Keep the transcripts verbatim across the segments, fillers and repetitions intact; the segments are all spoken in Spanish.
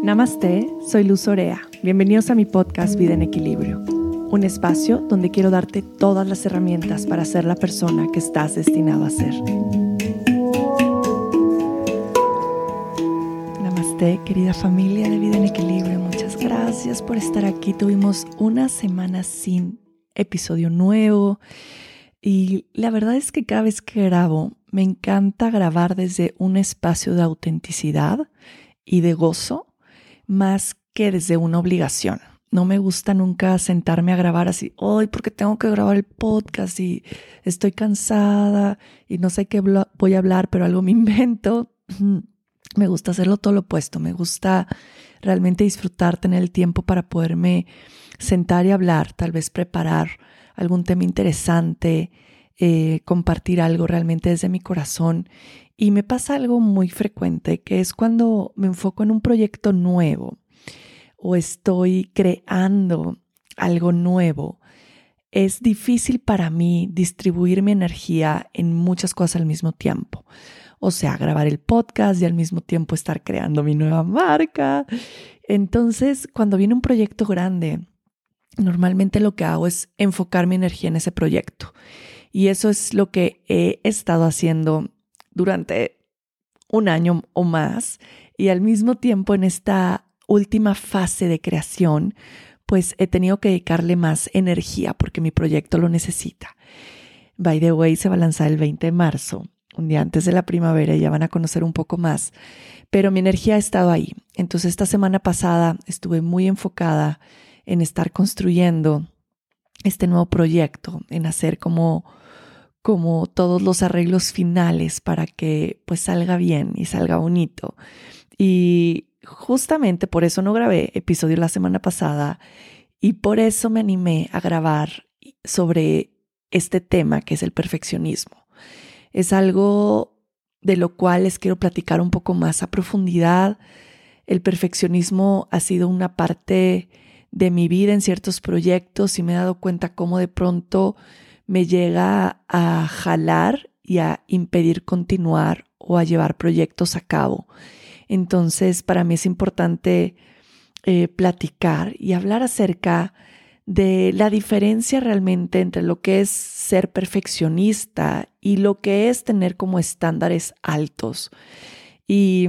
Namaste, soy Luz Orea. Bienvenidos a mi podcast Vida en Equilibrio, un espacio donde quiero darte todas las herramientas para ser la persona que estás destinado a ser. Namaste, querida familia de Vida en Equilibrio. Muchas gracias por estar aquí. Tuvimos una semana sin episodio nuevo y la verdad es que cada vez que grabo me encanta grabar desde un espacio de autenticidad y de gozo, más que desde una obligación. No me gusta nunca sentarme a grabar así, hoy porque tengo que grabar el podcast y estoy cansada y no sé qué voy a hablar, pero algo me invento. Me gusta hacerlo todo lo opuesto. Me gusta realmente disfrutar, tener el tiempo para poderme sentar y hablar, tal vez preparar algún tema interesante, eh, compartir algo realmente desde mi corazón. Y me pasa algo muy frecuente, que es cuando me enfoco en un proyecto nuevo o estoy creando algo nuevo. Es difícil para mí distribuir mi energía en muchas cosas al mismo tiempo. O sea, grabar el podcast y al mismo tiempo estar creando mi nueva marca. Entonces, cuando viene un proyecto grande, normalmente lo que hago es enfocar mi energía en ese proyecto. Y eso es lo que he estado haciendo durante un año o más, y al mismo tiempo en esta última fase de creación, pues he tenido que dedicarle más energía porque mi proyecto lo necesita. By the way, se va a lanzar el veinte de marzo, un día antes de la primavera, y ya van a conocer un poco más, pero mi energía ha estado ahí. Entonces esta semana pasada estuve muy enfocada en estar construyendo este nuevo proyecto, en hacer como como todos los arreglos finales para que pues salga bien y salga bonito. Y justamente por eso no grabé episodio la semana pasada y por eso me animé a grabar sobre este tema que es el perfeccionismo. Es algo de lo cual les quiero platicar un poco más a profundidad. El perfeccionismo ha sido una parte de mi vida en ciertos proyectos y me he dado cuenta cómo de pronto me llega a jalar y a impedir continuar o a llevar proyectos a cabo. Entonces, para mí es importante eh, platicar y hablar acerca de la diferencia realmente entre lo que es ser perfeccionista y lo que es tener como estándares altos. Y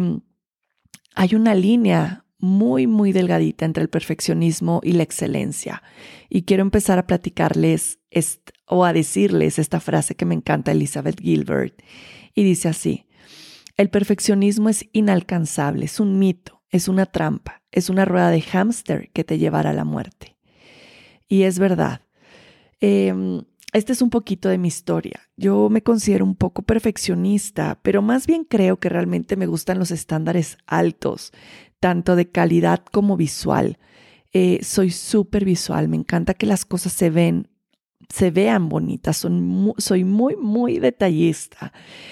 hay una línea muy, muy delgadita entre el perfeccionismo y la excelencia. Y quiero empezar a platicarles est- o a decirles esta frase que me encanta, Elizabeth Gilbert. Y dice así: el perfeccionismo es inalcanzable, es un mito, es una trampa, es una rueda de hámster que te llevará a la muerte. Y es verdad. Eh, este es un poquito de mi historia. Yo me considero un poco perfeccionista, pero más bien creo que realmente me gustan los estándares altos, tanto de calidad como visual. Eh, soy súper visual, me encanta que las cosas se ven, se vean bonitas. Son mu- soy muy, muy detallista.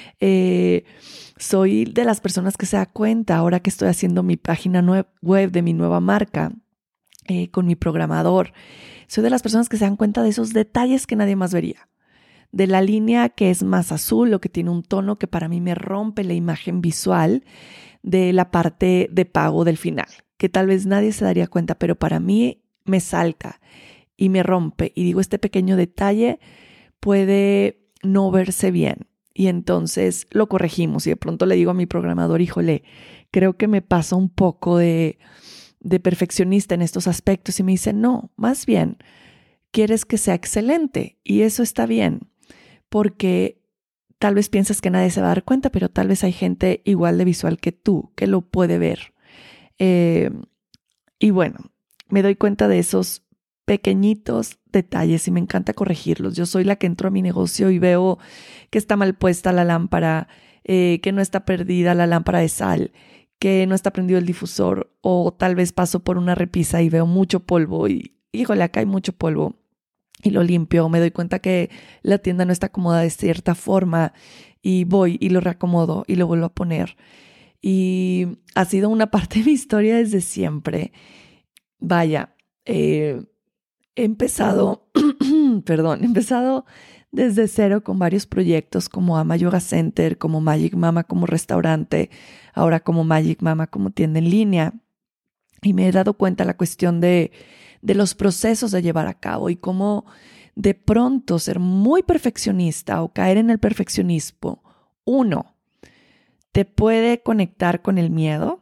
Eh, soy de las personas que se da cuenta ahora que estoy haciendo mi página nue- web de mi nueva marca eh, con mi programador. Soy de las personas que se dan cuenta de esos detalles que nadie más vería. De la línea que es más azul o que tiene un tono que para mí me rompe la imagen visual de la parte de pago del final, que tal vez nadie se daría cuenta, pero para mí me salta y me rompe. Y digo, este pequeño detalle puede no verse bien. Y entonces lo corregimos y de pronto le digo a mi programador, híjole, creo que me pasa un poco de, de perfeccionista en estos aspectos. Y me dice, no, más bien, quieres que sea excelente. Y eso está bien, porque tal vez piensas que nadie se va a dar cuenta, pero tal vez hay gente igual de visual que tú, que lo puede ver. Eh, y bueno, me doy cuenta de esos pequeñitos detalles y me encanta corregirlos. Yo soy la que entro a mi negocio y veo que está mal puesta la lámpara, eh, que no está perdida la lámpara de sal, que no está prendido el difusor, o tal vez paso por una repisa y veo mucho polvo y, híjole, acá hay mucho polvo. Y lo limpio, me doy cuenta que la tienda no está acomodada de cierta forma y voy y lo reacomodo y lo vuelvo a poner. Y ha sido una parte de mi historia desde siempre. Vaya, eh, he empezado, perdón, he empezado desde cero con varios proyectos como Ama Yoga Center, como Magic Mama como restaurante, ahora como Magic Mama como tienda en línea. Y me he dado cuenta la cuestión de, de los procesos de llevar a cabo y cómo de pronto ser muy perfeccionista o caer en el perfeccionismo, uno, te puede conectar con el miedo.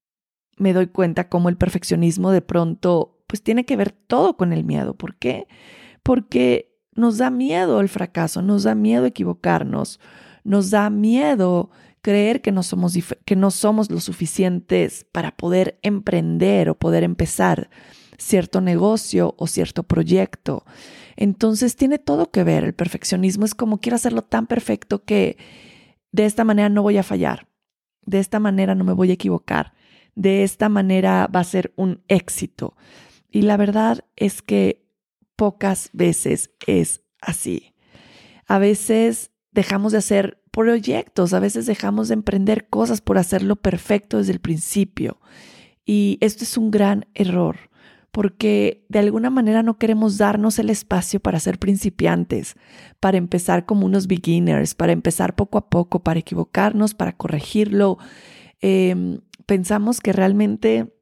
Me doy cuenta cómo el perfeccionismo de pronto pues tiene que ver todo con el miedo. ¿Por qué? Porque nos da miedo el fracaso, nos da miedo equivocarnos, nos da miedo creer que no somos, dif- que no somos lo suficientes para poder emprender o poder empezar cierto negocio o cierto proyecto. Entonces tiene todo que ver. El perfeccionismo es como quiero hacerlo tan perfecto que de esta manera no voy a fallar, de esta manera no me voy a equivocar, de esta manera va a ser un éxito. Y la verdad es que pocas veces es así. A veces dejamos de hacer proyectos, a veces dejamos de emprender cosas por hacerlo perfecto desde el principio. Y esto es un gran error, porque de alguna manera no queremos darnos el espacio para ser principiantes, para empezar como unos beginners, para empezar poco a poco, para equivocarnos, para corregirlo. Eh, pensamos que realmente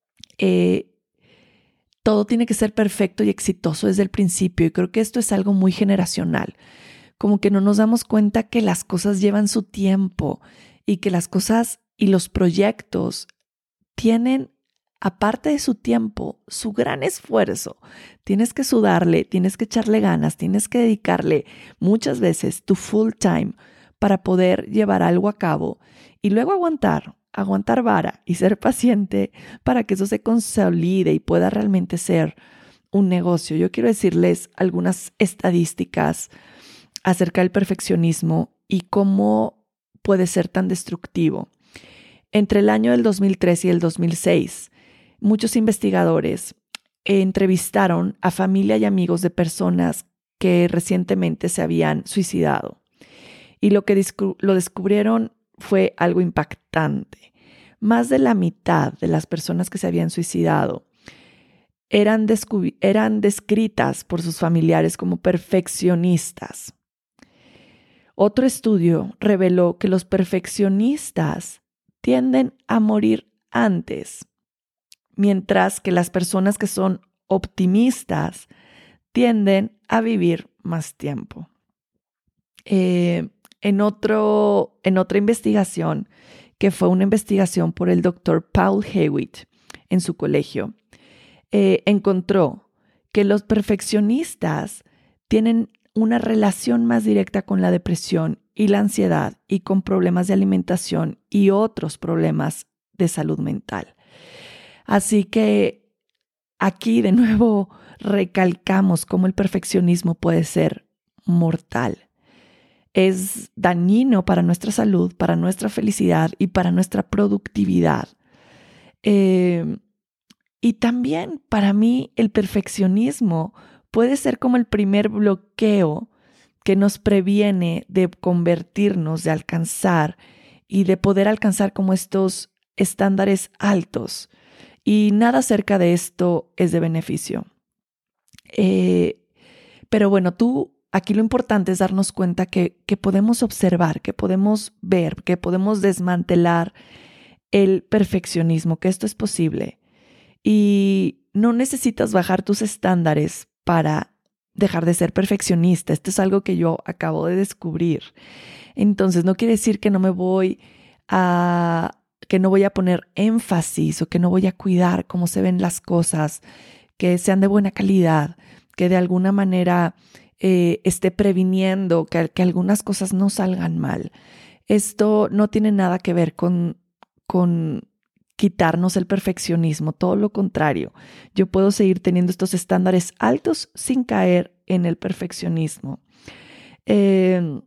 eh, todo tiene que ser perfecto y exitoso desde el principio, y creo que esto es algo muy generacional. Como que no nos damos cuenta que las cosas llevan su tiempo y que las cosas y los proyectos tienen, aparte de su tiempo, su gran esfuerzo. Tienes que sudarle, tienes que echarle ganas, tienes que dedicarle muchas veces tu full time para poder llevar algo a cabo y luego aguantar, aguantar vara y ser paciente para que eso se consolide y pueda realmente ser un negocio. Yo quiero decirles algunas estadísticas acerca del perfeccionismo y cómo puede ser tan destructivo. Entre el año del dos mil tres y el dos mil seis, muchos investigadores entrevistaron a familia y amigos de personas que recientemente se habían suicidado. Y lo que discu- lo descubrieron fue algo impactante. Más de la mitad de las personas que se habían suicidado eran, descub- eran descritas por sus familiares como perfeccionistas. Otro estudio reveló que los perfeccionistas tienden a morir antes, mientras que las personas que son optimistas tienden a vivir más tiempo. Eh, en, otro, en otra investigación, que fue una investigación por el doctor Paul Hewitt en su colegio, eh, encontró que los perfeccionistas tienen una relación más directa con la depresión y la ansiedad y con problemas de alimentación y otros problemas de salud mental. Así que aquí de nuevo recalcamos cómo el perfeccionismo puede ser mortal. Es dañino para nuestra salud, para nuestra felicidad y para nuestra productividad. Eh, y también para mí el perfeccionismo puede ser como el primer bloqueo que nos previene de convertirnos, de alcanzar y de poder alcanzar como estos estándares altos. Y nada acerca de esto es de beneficio. Eh, pero bueno, tú, aquí lo importante es darnos cuenta que, que podemos observar, que podemos ver, que podemos desmantelar el perfeccionismo, que esto es posible. Y no necesitas bajar tus estándares para dejar de ser perfeccionista. Esto es algo que yo acabo de descubrir. Entonces, no quiere decir que no me voy a, que no voy a poner énfasis o que no voy a cuidar cómo se ven las cosas, que sean de buena calidad, que de alguna manera eh, esté previniendo que, que algunas cosas no salgan mal. Esto no tiene nada que ver con, con quitarnos el perfeccionismo, todo lo contrario. Yo puedo seguir teniendo estos estándares altos sin caer en el perfeccionismo. Eh,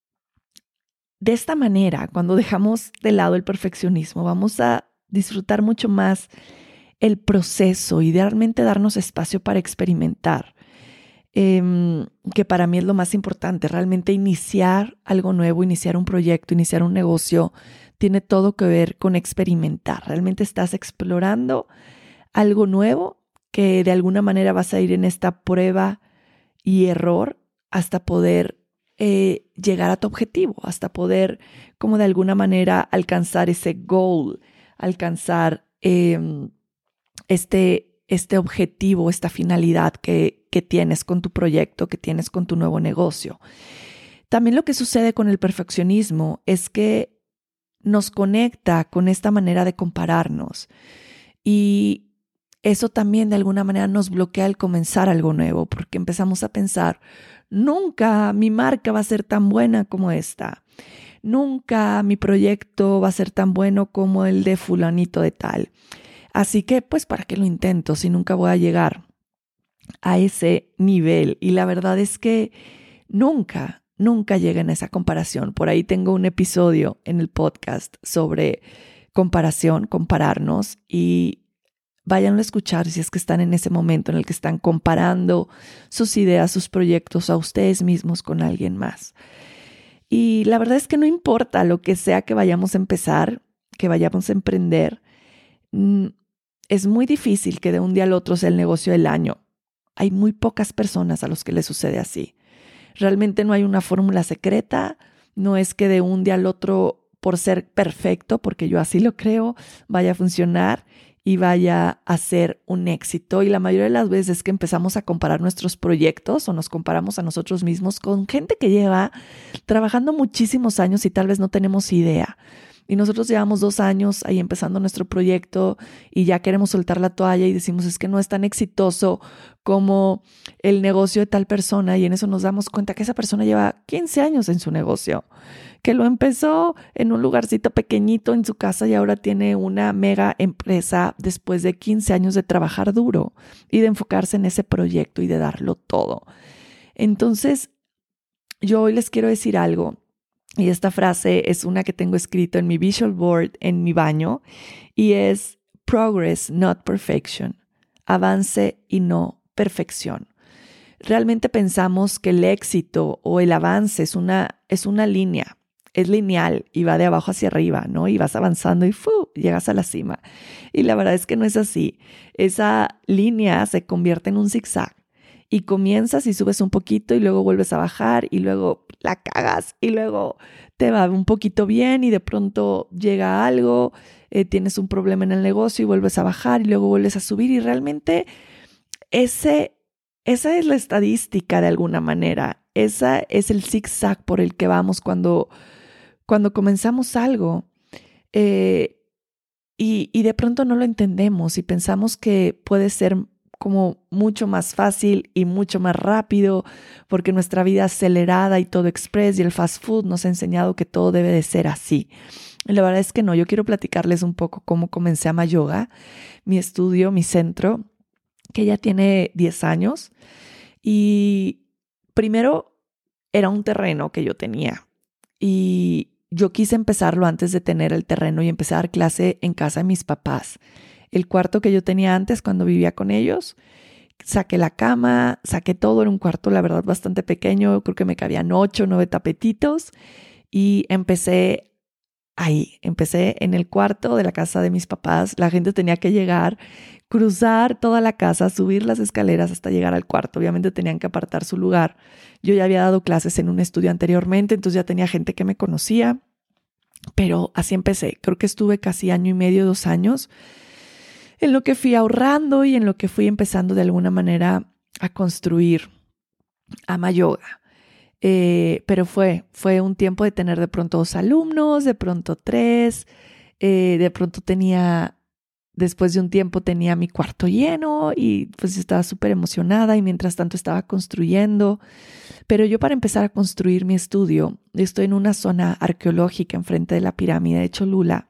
de esta manera, cuando dejamos de lado el perfeccionismo, vamos a disfrutar mucho más el proceso y realmente darnos espacio para experimentar, eh, que para mí es lo más importante. Realmente iniciar algo nuevo, iniciar un proyecto, iniciar un negocio, tiene todo que ver con experimentar. Realmente estás explorando algo nuevo que de alguna manera vas a ir en esta prueba y error hasta poder eh, llegar a tu objetivo, hasta poder como de alguna manera alcanzar ese goal, alcanzar eh, este, este objetivo, esta finalidad que, que tienes con tu proyecto, que tienes con tu nuevo negocio. También lo que sucede con el perfeccionismo es que nos conecta con esta manera de compararnos y eso también de alguna manera nos bloquea el comenzar algo nuevo porque empezamos a pensar, nunca mi marca va a ser tan buena como esta, nunca mi proyecto va a ser tan bueno como el de fulanito de tal. Así que pues ¿para qué lo intento si nunca voy a llegar a ese nivel? Y la verdad es que nunca Nunca lleguen a esa comparación. Por ahí tengo un episodio en el podcast sobre comparación, compararnos, y váyanlo a escuchar si es que están en ese momento en el que están comparando sus ideas, sus proyectos a ustedes mismos con alguien más. Y la verdad es que no importa lo que sea que vayamos a empezar, que vayamos a emprender, es muy difícil que de un día al otro sea el negocio del año. Hay muy pocas personas a los que les sucede así. Realmente no hay una fórmula secreta, no es que de un día al otro, por ser perfecto, porque yo así lo creo, vaya a funcionar y vaya a ser un éxito. Y la mayoría de las veces que empezamos a comparar nuestros proyectos o nos comparamos a nosotros mismos con gente que lleva trabajando muchísimos años y tal vez no tenemos idea. Y nosotros llevamos dos años ahí empezando nuestro proyecto y ya queremos soltar la toalla y decimos es que no es tan exitoso como el negocio de tal persona, y en eso nos damos cuenta que esa persona lleva quince años en su negocio, que lo empezó en un lugarcito pequeñito en su casa y ahora tiene una mega empresa después de quince años de trabajar duro y de enfocarse en ese proyecto y de darlo todo. Entonces, yo hoy les quiero decir algo. Y esta frase es una que tengo escrito en mi visual board en mi baño y es progress, not perfection. Avance y no perfección. Realmente pensamos que el éxito o el avance es una, es una línea, es lineal y va de abajo hacia arriba, ¿no? Y vas avanzando y ¡fu! Llegas a la cima. Y la verdad es que no es así. Esa línea se convierte en un zigzag. Y comienzas y subes un poquito y luego vuelves a bajar y luego la cagas y luego te va un poquito bien y de pronto llega algo, eh, tienes un problema en el negocio y vuelves a bajar y luego vuelves a subir, y realmente ese, esa es la estadística de alguna manera. Esa es el zigzag por el que vamos cuando, cuando comenzamos algo eh, y, y de pronto no lo entendemos y pensamos que puede ser como mucho más fácil y mucho más rápido, porque nuestra vida acelerada y todo express y el fast food nos ha enseñado que todo debe de ser así. Y la verdad es que no. Yo quiero platicarles un poco cómo comencé Ama Yoga, mi estudio, mi centro, que ya tiene diez años. Y primero era un terreno que yo tenía y yo quise empezarlo antes de tener el terreno y empecé a dar clase en casa de mis papás. El cuarto que yo tenía antes cuando vivía con ellos, saqué la cama, saqué todo, era un cuarto la verdad bastante pequeño, creo que me cabían ocho, nueve tapetitos y empecé ahí, empecé en el cuarto de la casa de mis papás. La gente tenía que llegar, cruzar toda la casa, subir las escaleras hasta llegar al cuarto. Obviamente tenían que apartar su lugar. Yo ya había dado clases en un estudio anteriormente, entonces ya tenía gente que me conocía, pero así empecé. Creo que estuve casi año y medio, dos años, en lo que fui ahorrando y en lo que fui empezando de alguna manera a construir Ama Yoga. Eh, pero fue, fue un tiempo de tener de pronto dos alumnos, de pronto tres, eh, de pronto tenía, después de un tiempo tenía mi cuarto lleno y pues estaba súper emocionada y mientras tanto estaba construyendo. Pero yo para empezar a construir mi estudio, estoy en una zona arqueológica enfrente de la pirámide de Cholula.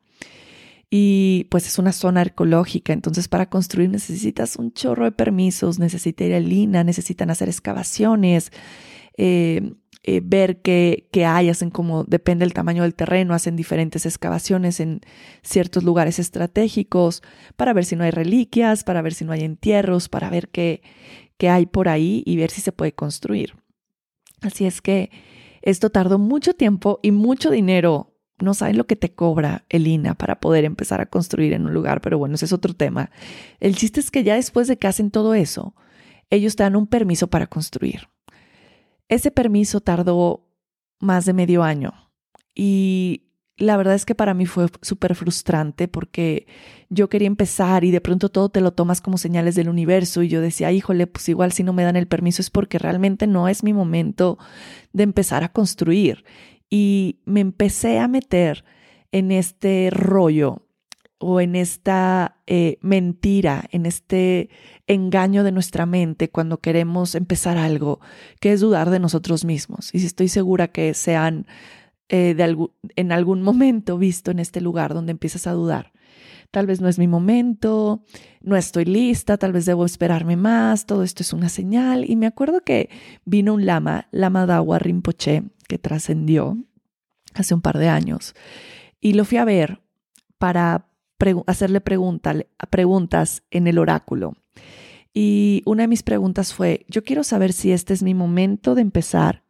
Y pues es una zona arqueológica, entonces para construir necesitas un chorro de permisos, necesita ir al I N A, necesitan hacer excavaciones, eh, eh, ver qué, qué hay, hacen como, depende del tamaño del terreno, hacen diferentes excavaciones en ciertos lugares estratégicos para ver si no hay reliquias, para ver si no hay entierros, para ver qué, qué hay por ahí y ver si se puede construir. Así es que esto tardó mucho tiempo y mucho dinero. No saben lo que te cobra el I N A para poder empezar a construir en un lugar, pero bueno, ese es otro tema. El chiste es que ya después de que hacen todo eso, ellos te dan un permiso para construir. Ese permiso tardó más de medio año y la verdad es que para mí fue súper frustrante porque yo quería empezar y de pronto todo te lo tomas como señales del universo y yo decía, híjole, pues igual si no me dan el permiso es porque realmente no es mi momento de empezar a construir. Y me empecé a meter en este rollo o en esta eh, mentira, en este engaño de nuestra mente cuando queremos empezar algo, que es dudar de nosotros mismos. Y si estoy segura que sean eh, de algún, en algún momento visto en este lugar donde empiezas a dudar. Tal vez no es mi momento, no estoy lista, tal vez debo esperarme más, todo esto es una señal. Y me acuerdo que vino un lama, Lama Dawa Rinpoche, que trascendió hace un par de años, y lo fui a ver para pre- hacerle pregunta, preguntas en el oráculo. Y una de mis preguntas fue, yo quiero saber si este es mi momento de empezar,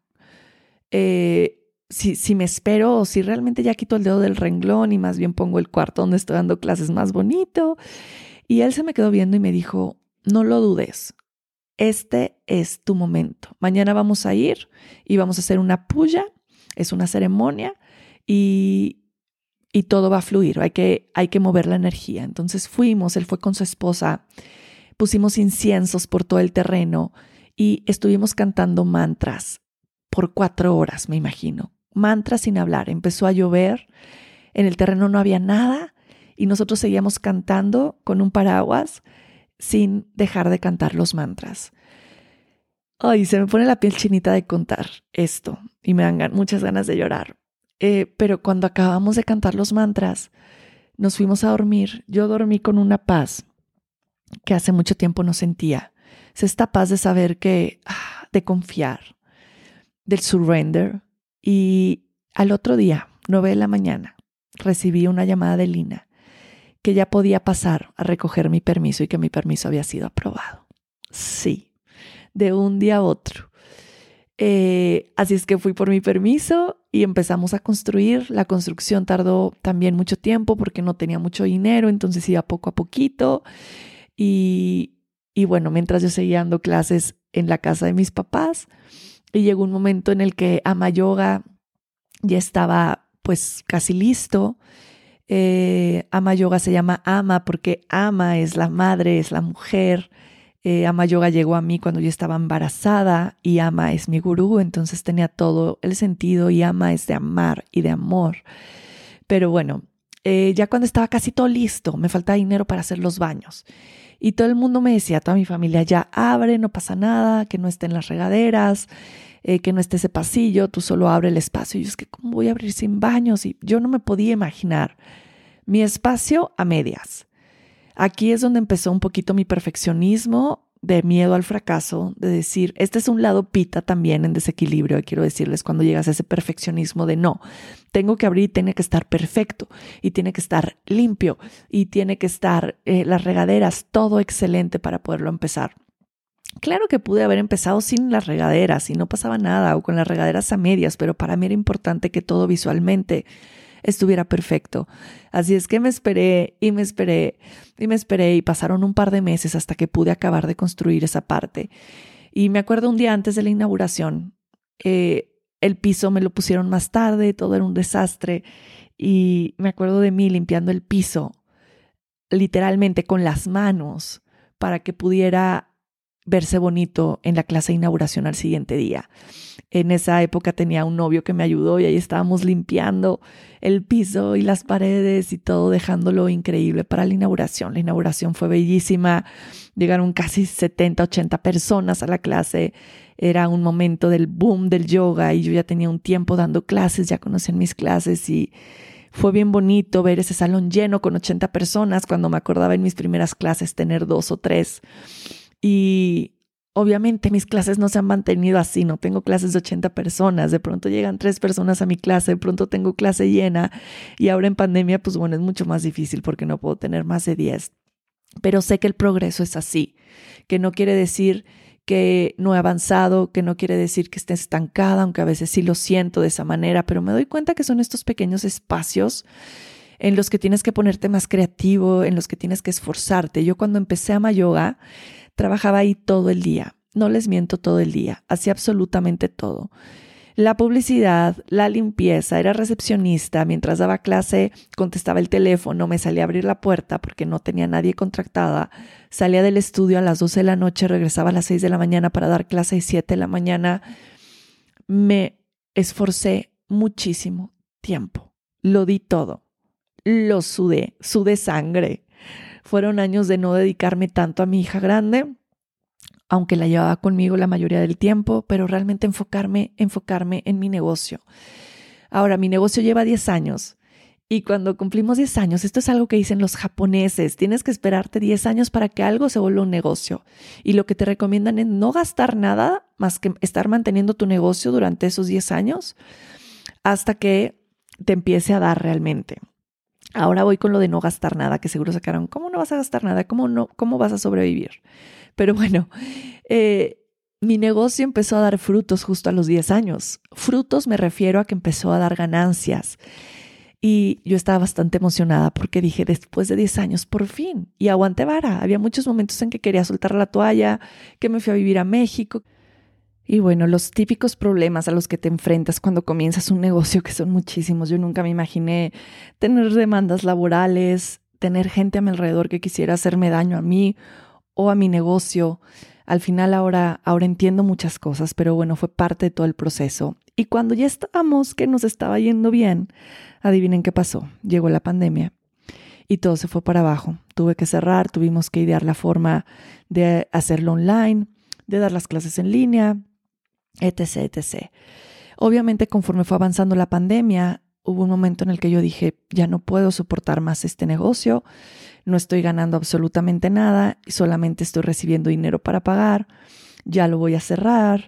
eh, si, si me espero o si realmente ya quito el dedo del renglón y más bien pongo el cuarto donde estoy dando clases más bonito. Y él se me quedó viendo y me dijo, no lo dudes, este es tu momento. Mañana vamos a ir y vamos a hacer una puya, es una ceremonia y, y todo va a fluir, hay que, hay que mover la energía. Entonces fuimos, él fue con su esposa, pusimos inciensos por todo el terreno y estuvimos cantando mantras por cuatro horas, me imagino. Mantras sin hablar. Empezó a llover, en el terreno no había nada y nosotros seguíamos cantando con un paraguas sin dejar de cantar los mantras. Ay, se me pone la piel chinita de contar esto y me dan muchas ganas de llorar. Eh, pero cuando acabamos de cantar los mantras, nos fuimos a dormir. Yo dormí con una paz que hace mucho tiempo no sentía. Es esta paz de saber que, ah, de confiar, del surrender. Y al otro día, nueve de la mañana, recibí una llamada de Lina que ya podía pasar a recoger mi permiso y que mi permiso había sido aprobado. Sí, de un día a otro. Eh, así es que fui por mi permiso y empezamos a construir. La construcción tardó también mucho tiempo porque no tenía mucho dinero, entonces iba poco a poquito. Y, y bueno, mientras yo seguía dando clases en la casa de mis papás, y llegó un momento en el que Ama Yoga ya estaba pues casi listo. Eh, Ama Yoga se llama Ama porque Ama es la madre, es la mujer. Eh, Ama Yoga llegó a mí cuando yo estaba embarazada y Ama es mi gurú, entonces tenía todo el sentido y Ama es de amar y de amor. Pero bueno, eh, ya cuando estaba casi todo listo, me faltaba dinero para hacer los baños. Y todo el mundo me decía, toda mi familia, ya abre, no pasa nada, que no estén las regaderas, eh, que no esté ese pasillo, tú solo abre el espacio. Y yo es que, ¿cómo voy a abrir sin baños? Y yo no me podía imaginar mi espacio a medias. Aquí es donde empezó un poquito mi perfeccionismo, de miedo al fracaso, de decir, este es un lado pita también en desequilibrio, quiero decirles, cuando llegas a ese perfeccionismo de no, tengo que abrir y tiene que estar perfecto y tiene que estar limpio y tiene que estar eh, las regaderas, todo excelente para poderlo empezar. Claro que pude haber empezado sin las regaderas y no pasaba nada o con las regaderas a medias, pero para mí era importante que todo visualmente estuviera perfecto. Así es que me esperé y me esperé y me esperé y pasaron un par de meses hasta que pude acabar de construir esa parte. Y me acuerdo un día antes de la inauguración, eh, el piso me lo pusieron más tarde, todo era un desastre y me acuerdo de mí limpiando el piso literalmente con las manos para que pudiera verse bonito en la clase de inauguración al siguiente día. En esa época tenía un novio que me ayudó y ahí estábamos limpiando el piso y las paredes y todo, dejándolo increíble para la inauguración. La inauguración fue bellísima. Llegaron casi setenta, ochenta personas a la clase. Era un momento del boom del yoga y yo ya tenía un tiempo dando clases, ya conocían mis clases y fue bien bonito ver ese salón lleno con ochenta personas cuando me acordaba en mis primeras clases tener dos o tres. Y obviamente mis clases no se han mantenido así, no tengo clases de ochenta personas, de pronto llegan tres personas a mi clase, de pronto tengo clase llena y ahora en pandemia pues bueno es mucho más difícil porque no puedo tener más de diez, pero sé que el progreso es así, que no quiere decir que no he avanzado, que no quiere decir que esté estancada, aunque a veces sí lo siento de esa manera, pero me doy cuenta que son estos pequeños espacios en los que tienes que ponerte más creativo, en los que tienes que esforzarte. Yo cuando empecé Ama Yoga trabajaba ahí todo el día, no les miento, todo el día, hacía absolutamente todo. la publicidad, la limpieza, era recepcionista, mientras daba clase contestaba el teléfono, me salía a abrir la puerta porque no tenía nadie contratada, salía del estudio a las doce de la noche, regresaba a las seis de la mañana para dar clase a las siete de la mañana. Me esforcé muchísimo tiempo, lo di todo, lo sudé, sudé sangre. Fueron años de no dedicarme tanto a mi hija grande, aunque la llevaba conmigo la mayoría del tiempo, pero realmente enfocarme, enfocarme en mi negocio. Ahora, mi negocio lleva diez años y cuando cumplimos diez años, esto es algo que dicen los japoneses, tienes que esperarte diez años para que algo se vuelva un negocio. Y lo que te recomiendan es no gastar nada más que estar manteniendo tu negocio durante esos diez años hasta que te empiece a dar realmente. Ahora voy con lo de no gastar nada, que seguro sacaron, ¿cómo no vas a gastar nada? ¿Cómo, no, cómo vas a sobrevivir? Pero bueno, eh, mi negocio empezó a dar frutos justo a los diez años. Frutos me refiero a que empezó a dar ganancias. Y yo estaba bastante emocionada porque dije, después de diez años, por fin. Y aguanté vara. Había muchos momentos en que quería soltar la toalla, que me fui a vivir a México. Y bueno, los típicos problemas a los que te enfrentas cuando comienzas un negocio, que son muchísimos. Yo nunca me imaginé tener demandas laborales, tener gente a mi alrededor que quisiera hacerme daño a mí o a mi negocio. Al final ahora, ahora entiendo muchas cosas, pero bueno, fue parte de todo el proceso. Y cuando ya estábamos, que nos estaba yendo bien, adivinen qué pasó. Llegó la pandemia y todo se fue para abajo. Tuve que cerrar, tuvimos que idear la forma de hacerlo online, de dar las clases en línea, etc, etcétera. Obviamente, conforme fue avanzando la pandemia, hubo un momento en el que yo dije, ya no puedo soportar más este negocio, no estoy ganando absolutamente nada, solamente estoy recibiendo dinero para pagar, ya lo voy a cerrar.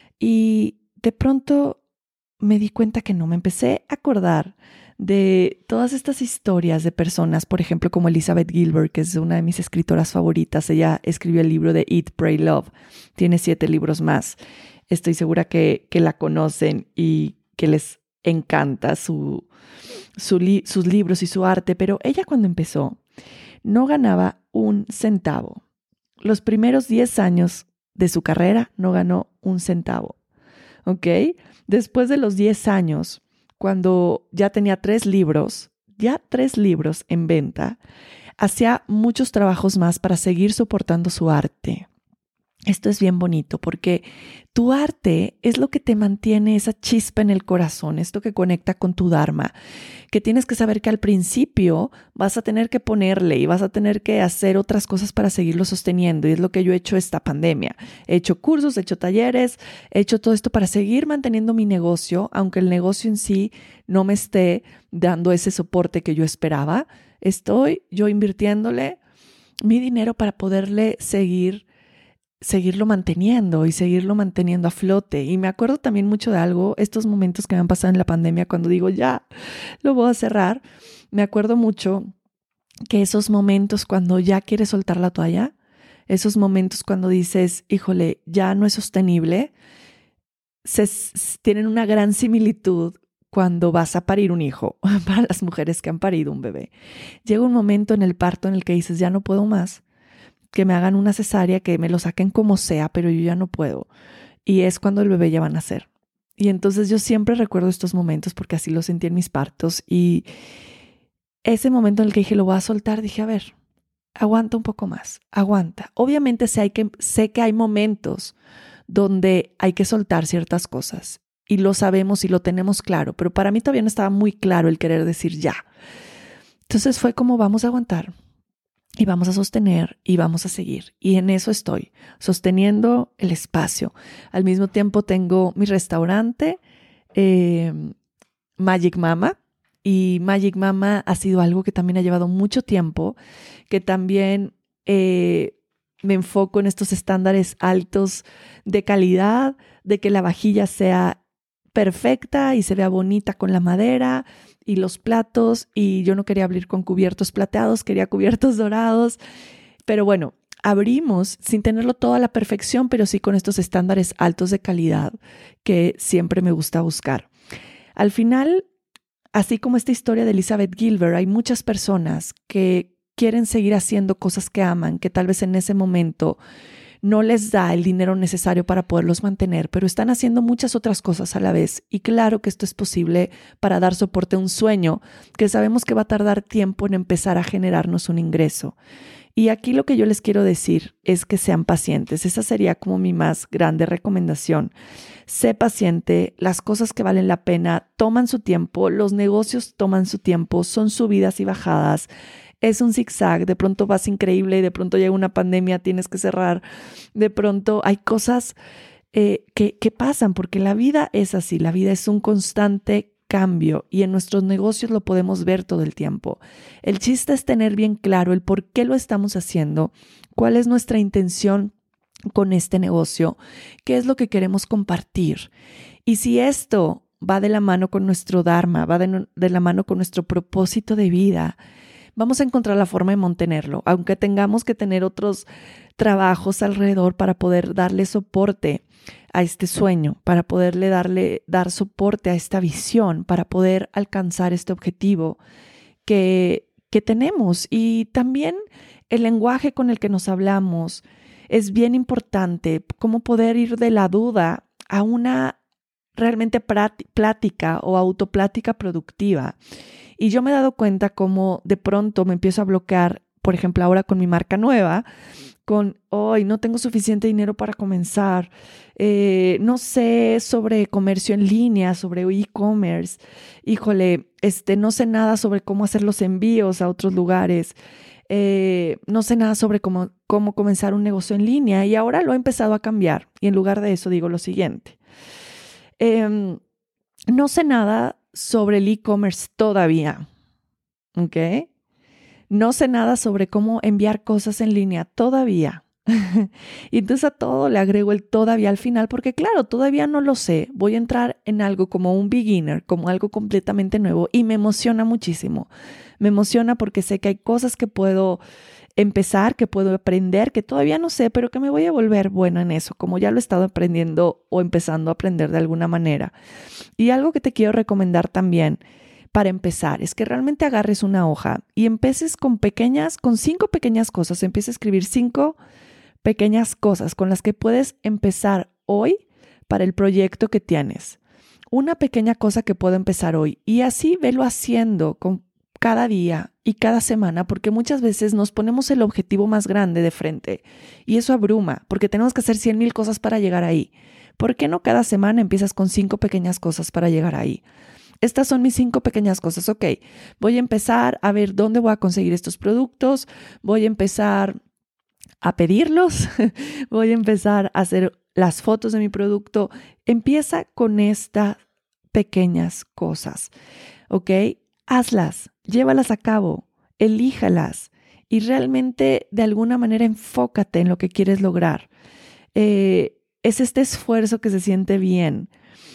Y de pronto me di cuenta que no, me empecé a acordar de todas estas historias de personas, por ejemplo, como Elizabeth Gilbert, que es una de mis escritoras favoritas. Ella escribió el libro de Eat, Pray, Love, tiene siete libros más. Estoy segura que, que la conocen y que les encanta su, su li, sus libros y su arte, pero ella cuando empezó no ganaba un centavo. Los primeros diez años de su carrera no ganó un centavo, ¿ok? Después de los diez años, cuando ya tenía tres libros, ya tres libros en venta, hacía muchos trabajos más para seguir soportando su arte. Esto es bien bonito porque tu arte es lo que te mantiene esa chispa en el corazón, esto que conecta con tu Dharma, que tienes que saber que al principio vas a tener que ponerle y vas a tener que hacer otras cosas para seguirlo sosteniendo. Y es lo que yo he hecho esta pandemia. He hecho cursos, he hecho talleres, he hecho todo esto para seguir manteniendo mi negocio, aunque el negocio en sí no me esté dando ese soporte que yo esperaba. Estoy yo invirtiéndole mi dinero para poderle seguir seguirlo manteniendo y seguirlo manteniendo a flote. Y me acuerdo también mucho de algo, estos momentos que me han pasado en la pandemia, cuando digo, ya, lo voy a cerrar. Me acuerdo mucho que esos momentos cuando ya quieres soltar la toalla, esos momentos cuando dices, híjole, ya no es sostenible, se, tienen una gran similitud cuando vas a parir un hijo, para las mujeres que han parido un bebé. Llega un momento en el parto en el que dices, ya no puedo más, que me hagan una cesárea, que me lo saquen como sea, pero yo ya no puedo. Y es cuando el bebé ya va a nacer. Y entonces yo siempre recuerdo estos momentos porque así lo sentí en mis partos. Y ese momento en el que dije, lo voy a soltar, dije, a ver, aguanta un poco más, aguanta. Obviamente sé, hay que, sé que hay momentos donde hay que soltar ciertas cosas y lo sabemos y lo tenemos claro, pero para mí todavía no estaba muy claro el querer decir ya. Entonces fue como, vamos a aguantar. Y vamos a sostener y vamos a seguir. Y en eso estoy, sosteniendo el espacio. Al mismo tiempo tengo mi restaurante, eh, Magic Mama. Y Magic Mama ha sido algo que también ha llevado mucho tiempo, que también eh, me enfoco en estos estándares altos de calidad, de que la vajilla sea perfecta y se vea bonita con la madera y los platos, y yo no quería abrir con cubiertos plateados, quería cubiertos dorados, pero bueno, abrimos sin tenerlo todo a la perfección, pero sí con estos estándares altos de calidad que siempre me gusta buscar. Al final, así como esta historia de Elizabeth Gilbert, hay muchas personas que quieren seguir haciendo cosas que aman, que tal vez en ese momento no les da el dinero necesario para poderlos mantener, pero están haciendo muchas otras cosas a la vez. Y claro que esto es posible para dar soporte a un sueño que sabemos que va a tardar tiempo en empezar a generarnos un ingreso. Y aquí lo que yo les quiero decir es que sean pacientes. Esa sería como mi más grande recomendación. Sé paciente, las cosas que valen la pena toman su tiempo, los negocios toman su tiempo, son subidas y bajadas. Es un zigzag, de pronto vas increíble y de pronto llega una pandemia, tienes que cerrar. De pronto hay cosas eh, que, que pasan porque la vida es así, la vida es un constante cambio y en nuestros negocios lo podemos ver todo el tiempo. El chiste es tener bien claro el por qué lo estamos haciendo, cuál es nuestra intención con este negocio, qué es lo que queremos compartir. Y si esto va de la mano con nuestro dharma, va de, de la mano con nuestro propósito de vida, vamos a encontrar la forma de mantenerlo, aunque tengamos que tener otros trabajos alrededor para poder darle soporte a este sueño, para poderle darle, dar soporte a esta visión, para poder alcanzar este objetivo que, que tenemos. Y también el lenguaje con el que nos hablamos es bien importante, cómo poder ir de la duda a una realmente plática o autoplática productiva. Y yo me he dado cuenta cómo de pronto me empiezo a bloquear, por ejemplo, ahora con mi marca nueva, con, hoy no tengo suficiente dinero para comenzar, eh, no sé sobre comercio en línea, sobre e-commerce, híjole, este, no sé nada sobre cómo hacer los envíos a otros lugares, eh, no sé nada sobre cómo, cómo comenzar un negocio en línea y ahora lo he empezado a cambiar y en lugar de eso digo lo siguiente, eh, no sé nada sobre el e-commerce todavía, ¿ok? No sé nada sobre cómo enviar cosas en línea todavía. Y entonces a todo le agrego el todavía al final porque claro, todavía no lo sé. Voy a entrar en algo como un beginner, como algo completamente nuevo y me emociona muchísimo. Me emociona porque sé que hay cosas que puedo empezar, que puedo aprender, que todavía no sé, pero que me voy a volver buena en eso, como ya lo he estado aprendiendo o empezando a aprender de alguna manera. Y algo que te quiero recomendar también para empezar es que realmente agarres una hoja y empieces con pequeñas, con cinco pequeñas cosas. Empieza a escribir cinco pequeñas cosas con las que puedes empezar hoy para el proyecto que tienes. Una pequeña cosa que puedo empezar hoy y así velo haciendo con cada día y cada semana, porque muchas veces nos ponemos el objetivo más grande de frente y eso abruma, porque tenemos que hacer cien mil cosas para llegar ahí. ¿Por qué no cada semana empiezas con cinco pequeñas cosas para llegar ahí? Estas son mis cinco pequeñas cosas. Ok, voy a empezar a ver dónde voy a conseguir estos productos, voy a empezar a pedirlos, voy a empezar a hacer las fotos de mi producto. Empieza con estas pequeñas cosas, ¿ok? Hazlas, llévalas a cabo, elíjalas y realmente de alguna manera enfócate en lo que quieres lograr. Eh, es este esfuerzo que se siente bien.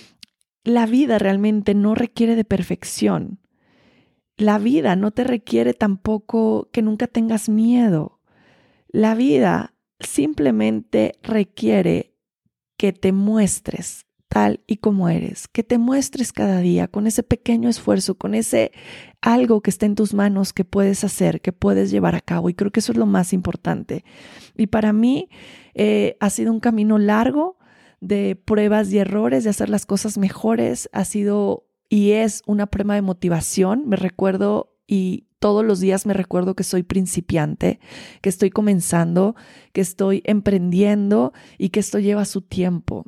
La vida realmente no requiere de perfección. La vida no te requiere tampoco que nunca tengas miedo. La vida simplemente requiere que te muestres tal y como eres, que te muestres cada día con ese pequeño esfuerzo, con ese algo que está en tus manos que puedes hacer, que puedes llevar a cabo. Y creo que eso es lo más importante. Y para mí eh, ha sido un camino largo de pruebas y errores, de hacer las cosas mejores. Ha sido y es una prueba de motivación. Me recuerdo y todos los días me recuerdo que soy principiante, que estoy comenzando, que estoy emprendiendo y que esto lleva su tiempo.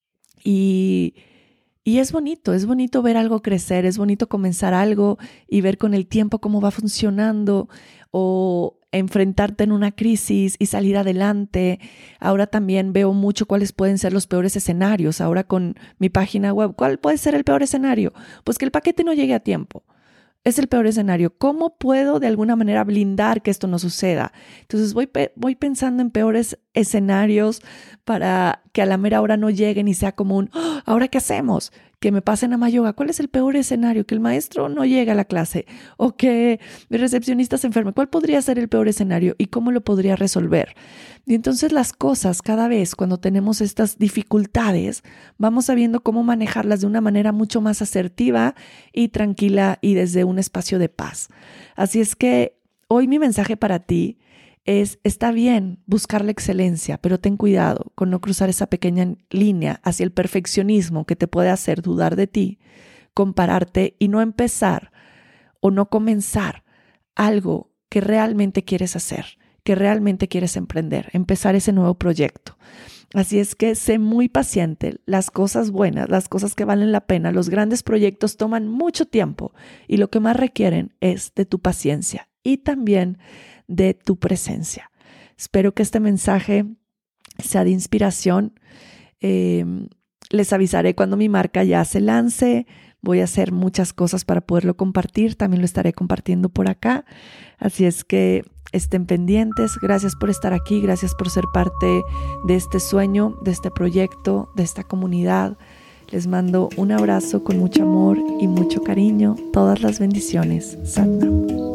Y, y es bonito, es bonito ver algo crecer, es bonito comenzar algo y ver con el tiempo cómo va funcionando o enfrentarte en una crisis y salir adelante. Ahora también veo mucho cuáles pueden ser los peores escenarios. Ahora con mi página web, ¿cuál puede ser el peor escenario? Pues que el paquete no llegue a tiempo. Es el peor escenario. ¿Cómo puedo de alguna manera blindar que esto no suceda? Entonces voy, pe- voy pensando en peores escenarios para que a la mera hora no lleguen y sea como un, ¡oh! ¿Ahora qué hacemos? Que me pasen a Mayoga. ¿Cuál es el peor escenario? Que el maestro no llegue a la clase o que mi recepcionista se enferme. ¿Cuál podría ser el peor escenario y cómo lo podría resolver? Y entonces las cosas cada vez cuando tenemos estas dificultades vamos sabiendo cómo manejarlas de una manera mucho más asertiva y tranquila y desde un espacio de paz. Así es que hoy mi mensaje para ti es, está bien buscar la excelencia, pero ten cuidado con no cruzar esa pequeña línea hacia el perfeccionismo que te puede hacer dudar de ti, compararte y no empezar o no comenzar algo que realmente quieres hacer, que realmente quieres emprender, empezar ese nuevo proyecto. Así es que sé muy paciente. Las cosas buenas, las cosas que valen la pena, los grandes proyectos toman mucho tiempo y lo que más requieren es de tu paciencia y también de tu presencia. Espero que este mensaje sea de inspiración. Eh, les avisaré cuando mi marca ya se lance. Voy a hacer muchas cosas para poderlo compartir. También lo estaré compartiendo por acá. Así es que estén pendientes. Gracias por estar aquí. Gracias por ser parte de este sueño, de este proyecto, de esta comunidad. Les mando un abrazo con mucho amor y mucho cariño. Todas las bendiciones. Sat Nam.